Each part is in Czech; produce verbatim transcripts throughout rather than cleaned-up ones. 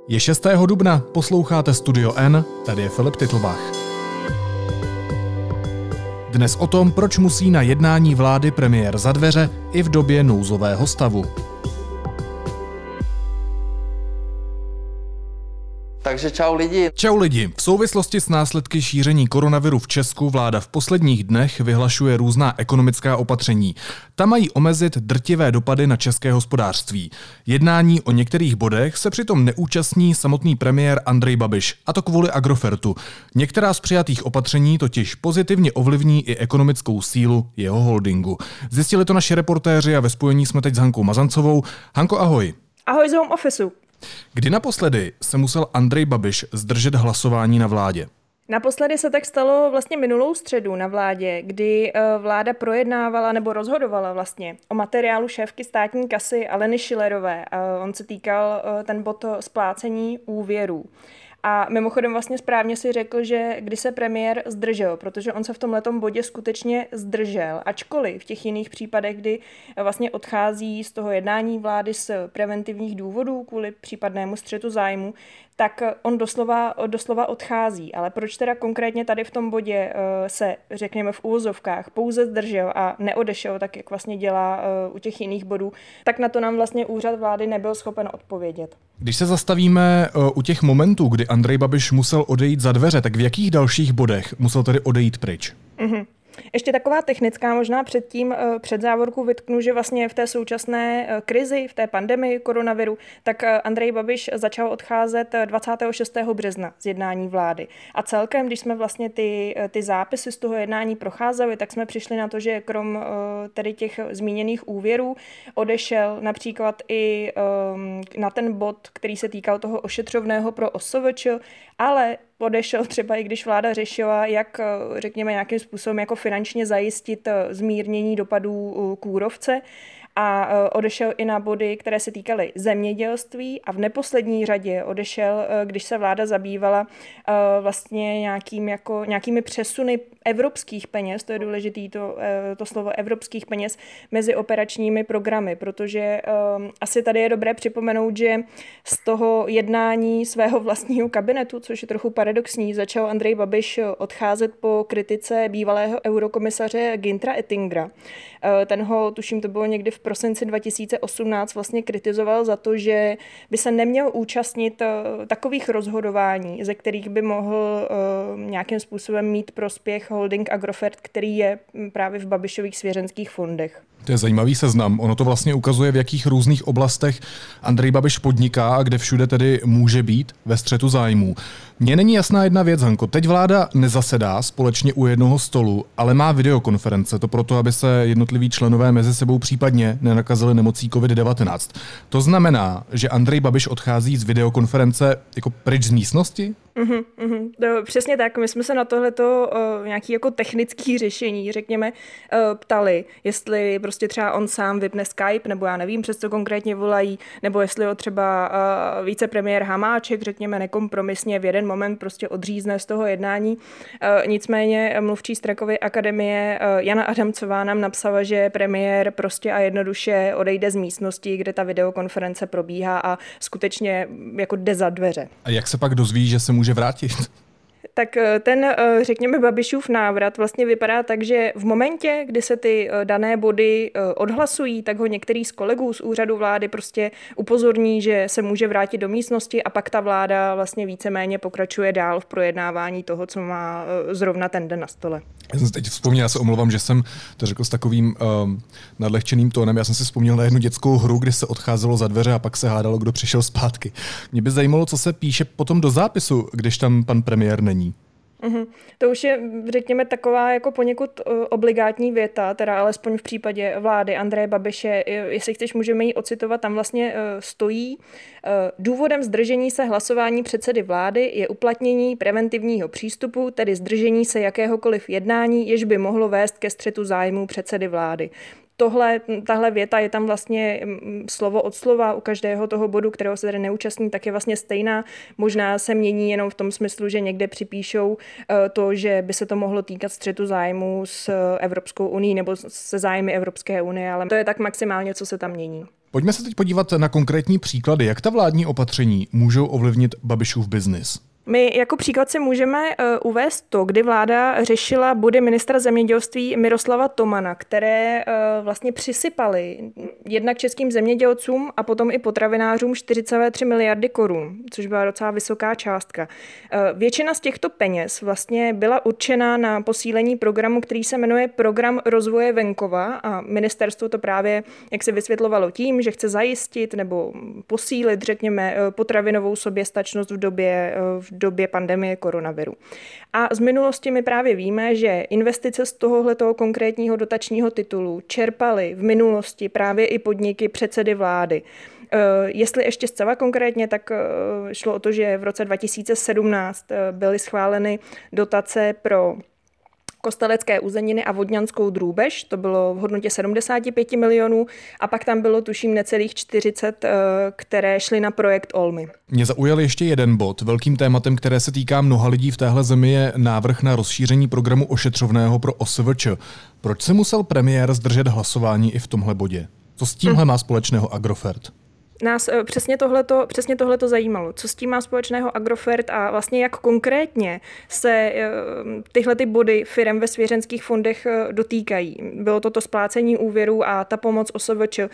Je šestého dubna, posloucháte Studio N, tady je Filip Titlbach. Dnes o tom, proč musí na jednání vlády premiér za dveře i v době nouzového stavu. Takže čau lidi. Čau lidi. V souvislosti s následky šíření koronaviru v Česku vláda v posledních dnech vyhlašuje různá ekonomická opatření. Ta mají omezit drtivé dopady na české hospodářství. Jednání o některých bodech se přitom neúčastní samotný premiér Andrej Babiš, a to kvůli Agrofertu. Některá z přijatých opatření totiž pozitivně ovlivní i ekonomickou sílu jeho holdingu. Zjistili to naši reportéři a ve spojení jsme teď s Hankou Mazancovou. Hanko, ahoj. Ahoj z home officeu. Kdy naposledy se musel Andrej Babiš zdržet hlasování na vládě? Naposledy se tak stalo vlastně minulou středu na vládě, kdy vláda projednávala nebo rozhodovala vlastně o materiálu šéfky státní kasy Aleny Schillerové. On se týkal ten bod splácení úvěrů. A mimochodem vlastně správně si řekl, že kdy se premiér zdržel, protože on se v tomhletom bodě skutečně zdržel, ačkoliv v těch jiných případech, kdy vlastně odchází z toho jednání vlády z preventivních důvodů kvůli případnému střetu zájmu, tak on doslova, doslova odchází. Ale proč teda konkrétně tady v tom bodě se, řekněme v úvozovkách, pouze zdržel a neodešel, tak jak vlastně dělá u těch jiných bodů, tak na to nám vlastně úřad vlády nebyl schopen odpovědět. Když se zastavíme u těch momentů, kdy Andrej Babiš musel odejít za dveře, tak v jakých dalších bodech musel tedy odejít pryč? Mhm. Ještě taková technická, možná předtím před závorku vytknu, že vlastně v té současné krizi, v té pandemii koronaviru, tak Andrej Babiš začal odcházet dvacátého šestého března z jednání vlády. A celkem, když jsme vlastně ty, ty zápisy z toho jednání procházeli, tak jsme přišli na to, že krom tedy těch zmíněných úvěrů odešel například i na ten bod, který se týkal toho ošetřovného pro O S V Č, ale odešel třeba i když vláda řešila, jak řekněme nějakým způsobem jako finančně zajistit zmírnění dopadů kůrovce, a odešel i na body, které se týkaly zemědělství, a v neposlední řadě odešel, když se vláda zabývala vlastně nějakým jako, nějakými přesuny evropských peněz, to je důležitý to, to slovo evropských peněz, mezi operačními programy, protože um, asi tady je dobré připomenout, že z toho jednání svého vlastního kabinetu, což je trochu paradoxní, začal Andrej Babiš odcházet po kritice bývalého eurokomisaře Günthera Oettingera. Ten ho, tuším, to bylo někdy v prosinci dva tisíce osmnáct, vlastně kritizoval za to, že by se neměl účastnit takových rozhodování, ze kterých by mohl nějakým způsobem mít prospěch holding Agrofert, který je právě v Babišových svěřenských fondech. To je zajímavý seznam. Ono to vlastně ukazuje, v jakých různých oblastech Andrej Babiš podniká a kde všude tedy může být ve střetu zájmů. Mně není jasná jedna věc, Hanko. Teď vláda nezasedá společně u jednoho stolu, ale má videokonference. To proto, aby se jednotliví členové mezi sebou případně nenakazili nemocí covid devatenáct. To znamená, že Andrej Babiš odchází z videokonference jako pryč z místnosti? Uhum, uhum. To, přesně tak. My jsme se na tohleto uh, nějaký jako technický řešení, řekněme, uh, ptali, jestli prostě třeba on sám vypne Skype, nebo já nevím, přes co konkrétně volají, nebo jestli ho třeba uh, vicepremiér Hamáček, řekněme, nekompromisně v jeden moment prostě odřízne z toho jednání. Uh, nicméně mluvčí Strakovy akademie uh, Jana Adamcová nám napsala, že premiér prostě a jednoduše odejde z místnosti, kde ta videokonference probíhá, a skutečně jako jde za dveře. A jak se pak dozví, že se může vrátit? Tak ten, řekněme, Babišův návrat vlastně vypadá tak, že v momentě, kdy se ty dané body odhlasují, tak ho některý z kolegů z úřadu vlády prostě upozorní, že se může vrátit do místnosti, a pak ta vláda vlastně víceméně pokračuje dál v projednávání toho, co má zrovna ten den na stole. Já jsem teď vzpomněl, já se omlouvám, že jsem to řekl s takovým um, nadlehčeným tónem. Já jsem si vzpomněl na jednu dětskou hru, kdy se odcházelo za dveře a pak se hádalo, kdo přišel zpátky. Mě by zajímalo, co se píše potom do zápisu, když tam pan premiér není. Uhum. To už je, řekněme, taková jako poněkud obligátní věta, teda alespoň v případě vlády Andreje Babiše. Jestli chceš, můžeme ji ocitovat, tam vlastně stojí: důvodem zdržení se hlasování předsedy vlády je uplatnění preventivního přístupu, tedy zdržení se jakéhokoliv jednání, jež by mohlo vést ke střetu zájmů předsedy vlády. Tohle, tahle věta je tam vlastně slovo od slova u každého toho bodu, kterého se tady neúčastní, tak je vlastně stejná. Možná se mění jenom v tom smyslu, že někde připíšou to, že by se to mohlo týkat střetu zájmů s Evropskou unií nebo se zájmy Evropské unie, ale to je tak maximálně, co se tam mění. Pojďme se teď podívat na konkrétní příklady, jak ta vládní opatření můžou ovlivnit Babišův biznis. My jako příklad si můžeme uh, uvést to, kdy vláda řešila body ministra zemědělství Miroslava Tomana, které uh, vlastně přisypaly jednak českým zemědělcům a potom i potravinářům čtyři celé tři miliardy korun, což byla docela vysoká částka. Uh, většina z těchto peněz vlastně byla určena na posílení programu, který se jmenuje Program rozvoje venkova a ministerstvo to právě, jak se vysvětlovalo tím, že chce zajistit nebo posílit, řekněme, potravinovou soběstačnost v době v v době pandemie koronaviru. A z minulosti my právě víme, že investice z tohohletoho konkrétního dotačního titulu čerpaly v minulosti právě i podniky předsedy vlády. Jestli ještě zcela konkrétně, tak šlo o to, že v roce dva tisíce sedmnáct byly schváleny dotace pro Kostelecké uzeniny a Vodňanskou drůbež, to bylo v hodnotě sedmdesát pět milionů a pak tam bylo tuším necelých čtyřicet, které šly na projekt Olmy. Mě zaujal ještě jeden bod. Velkým tématem, které se týká mnoha lidí v téhle zemi, je návrh na rozšíření programu ošetřovného pro O S V Č. Proč se musel premiér zdržet hlasování i v tomhle bodě? Co s tímhle má společného Agrofert? Nás přesně tohleto, přesně tohleto zajímalo. Co s tím má společného Agrofert a vlastně jak konkrétně se tyhle ty body firem ve svěřenských fondech dotýkají. Bylo to to splácení úvěrů a ta pomoc O S V Č.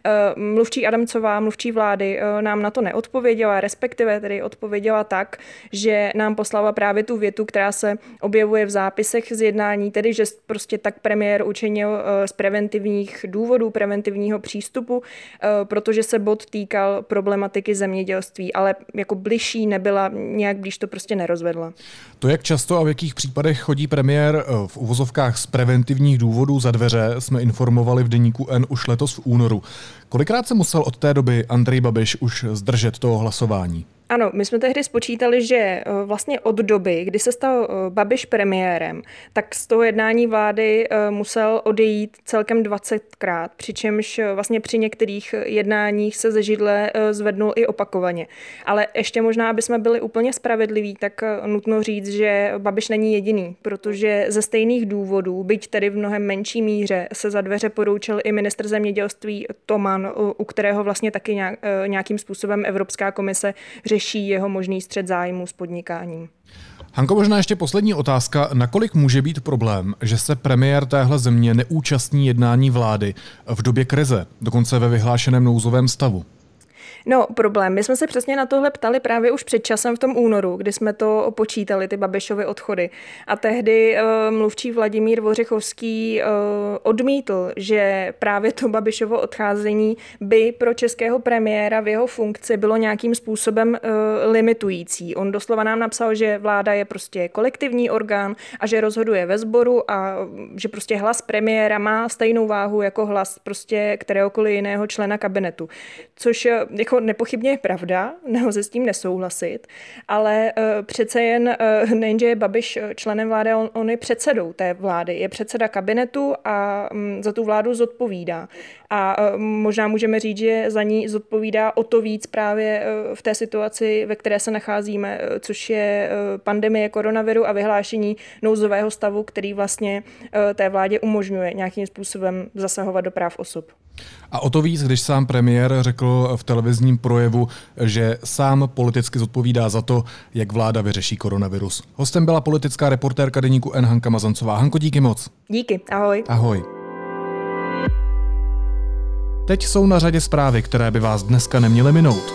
Mluvčí Adamcová, mluvčí vlády, nám na to neodpověděla, respektive tedy odpověděla tak, že nám poslala právě tu větu, která se objevuje v zápisech z jednání, tedy že prostě tak premiér učinil z preventivních důvodů, preventivního přístupu, protože se bod týká týkal problematiky zemědělství, ale jako bližší nebyla, nějak blíž to prostě nerozvedla. To, jak často a v jakých případech chodí premiér v uvozovkách z preventivních důvodů za dveře, jsme informovali v deníku N už letos v únoru. Kolikrát se musel od té doby Andrej Babiš už zdržet toho hlasování? Ano, my jsme tehdy spočítali, že vlastně od doby, kdy se stal Babiš premiérem, tak z toho jednání vlády musel odejít celkem dvacetkrát, přičemž vlastně při některých jednáních se ze židle zvednul i opakovaně. Ale ještě možná, aby jsme byli úplně spravedliví, tak nutno říct, že Babiš není jediný, protože ze stejných důvodů, byť tedy v mnohem menší míře, se za dveře poroučil i ministr zemědělství Toman, u kterého vlastně taky nějakým způsobem Evropská komise řeší jeho možný střet zájmů s podnikáním. Hanko, možná ještě poslední otázka. Nakolik může být problém, že se premiér téhle země neúčastní jednání vlády v době krize, dokonce ve vyhlášeném nouzovém stavu? No, problém. My jsme se přesně na tohle ptali právě už před časem v tom únoru, kdy jsme to počítali, ty Babišovy odchody. A tehdy uh, mluvčí Vladimír Vořichovský uh, odmítl, že právě to Babišovo odcházení by pro českého premiéra v jeho funkci bylo nějakým způsobem uh, limitující. On doslova nám napsal, že vláda je prostě kolektivní orgán a že rozhoduje ve sboru a že prostě hlas premiéra má stejnou váhu jako hlas prostě kteréhokoliv jiného člena kabinetu. Což jako nepochybně je pravda, nelze s tím nesouhlasit, ale uh, přece jen uh, nejenže je Babiš členem vlády, on, on je předsedou té vlády, je předseda kabinetu a um, za tu vládu zodpovídá. A uh, možná můžeme říct, že za ní zodpovídá o to víc právě uh, v té situaci, ve které se nacházíme, uh, což je uh, pandemie koronaviru a vyhlášení nouzového stavu, který vlastně uh, té vládě umožňuje nějakým způsobem zasahovat do práv osob. A o to víc, když sám premiér řekl v televizním projevu, že sám politicky zodpovídá za to, jak vláda vyřeší koronavirus. Hostem byla politická reportérka deníku N Hanka Mazancová. Hanko, díky moc. Díky, ahoj. Ahoj. Teď jsou na řadě zprávy, které by vás dneska neměly minout.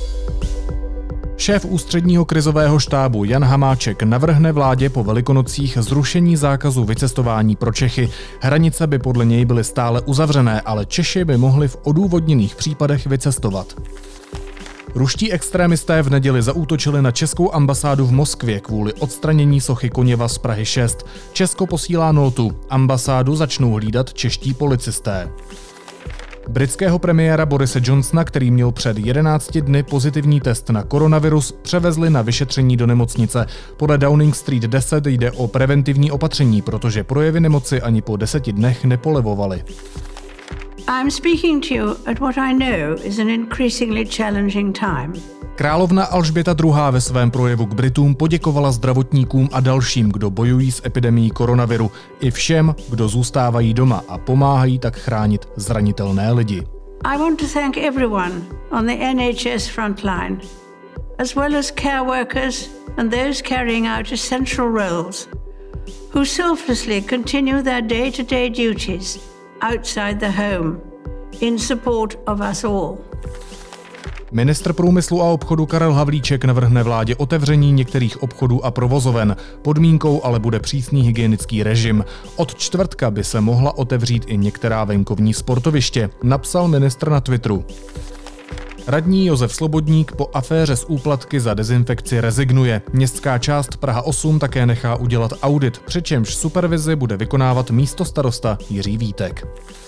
Šéf ústředního krizového štábu Jan Hamáček navrhne vládě po Velikonocích zrušení zákazu vycestování pro Čechy. Hranice by podle něj byly stále uzavřené, ale Češi by mohli v odůvodněných případech vycestovat. Ruští extrémisté v neděli zaútočili na českou ambasádu v Moskvě kvůli odstranění sochy Koněva z Prahy šest. Česko posílá nótu. Ambasádu začnou hlídat čeští policisté. Britského premiéra Borise Johnsona, který měl před jedenácti dny pozitivní test na koronavirus, převezli na vyšetření do nemocnice. Podle Downing Street deset jde o preventivní opatření, protože projevy nemoci ani po deseti dnech nepolevovaly. I'm speaking to you at what I know is an increasingly challenging time. Královna Alžběta druhá. ve svém projevu k Britům poděkovala zdravotníkům a dalším, kdo bojují s epidemií koronaviru, i všem, kdo zůstávají doma a pomáhají tak chránit zranitelné lidi. I want to thank everyone on the N H S frontline, as well as care workers and those carrying out essential roles, who selflessly continue their day-to-day duties outside the home in support of us all. Ministr průmyslu a obchodu Karel Havlíček navrhne vládě otevření některých obchodů a provozoven. Podmínkou ale bude přísný hygienický režim. Od čtvrtka by se mohla otevřít i některá venkovní sportoviště, napsal ministr na Twitteru. Radní Josef Slobodník po aféře s úplatky za dezinfekci rezignuje. Městská část Praha osm také nechá udělat audit, přičemž supervizi bude vykonávat místostarosta Jiří Vítek.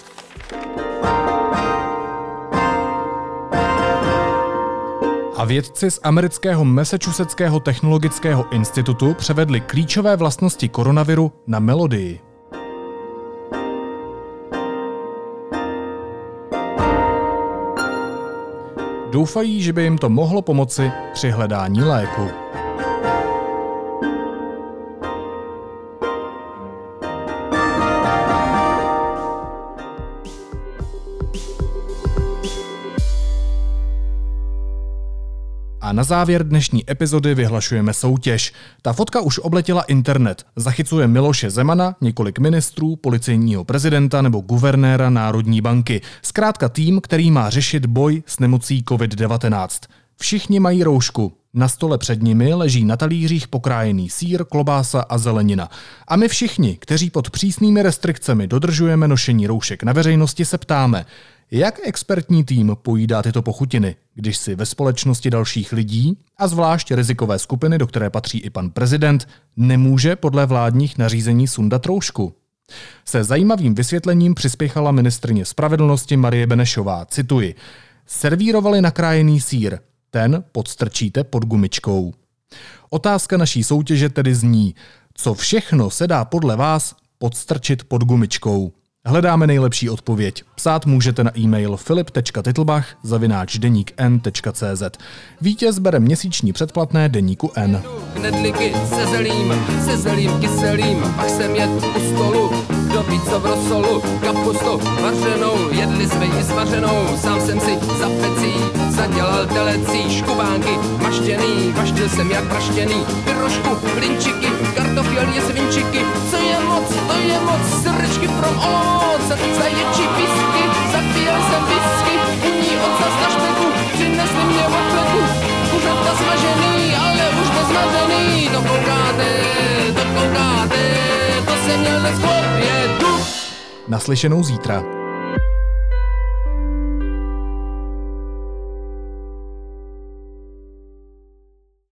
A vědci z amerického Massachusettského technologického institutu převedli klíčové vlastnosti koronaviru na melodii. Doufají, že by jim to mohlo pomoci při hledání léku. A na závěr dnešní epizody vyhlašujeme soutěž. Ta fotka už obletěla internet. Zachycuje Miloše Zemana, několik ministrů, policejního prezidenta nebo guvernéra Národní banky. Zkrátka tým, který má řešit boj s nemocí covid devatenáct. Všichni mají roušku. Na stole před nimi leží na talířích pokrájený sýr, klobása a zelenina. A my všichni, kteří pod přísnými restrikcemi dodržujeme nošení roušek na veřejnosti, se ptáme, jak expertní tým pojídá tyto pochutiny, když si ve společnosti dalších lidí, a zvlášť rizikové skupiny, do které patří i pan prezident, nemůže podle vládních nařízení sundat roušku? Se zajímavým vysvětlením přispěchala ministryně spravedlnosti Marie Benešová, cituji, servírovali nakrájený sýr, ten podstrčíte pod gumičkou. Otázka naší soutěže tedy zní, co všechno se dá podle vás podstrčit pod gumičkou? Hledáme nejlepší odpověď. Psát můžete na e-mail filip tečka titlbach zavináč deník n tečka cé zet. Vítěz bere měsíční předplatné deníku N. Knedlíky se zelím, se zelím kyselým, pak jsem jet u stolu, kdo ví co v rosolu, kapustu vařenou, jedli jsme ji smaženou, sám jsem si za pecí zadělal telecí, škubánky maštěný, vaštil jsem jak praštěný, pyrošku, blinčiky, kartofělně svinčiky, co je moc, to je moc, srdečky from oc, zaječí písky, zapíjel jsem whisky, u ní ocas na špeku, přinesli mě vafleku, kuřata smažený, ale už nezmažený, to koukáte, to koukáte, to se měl neskopět. Naslyšenou zítra.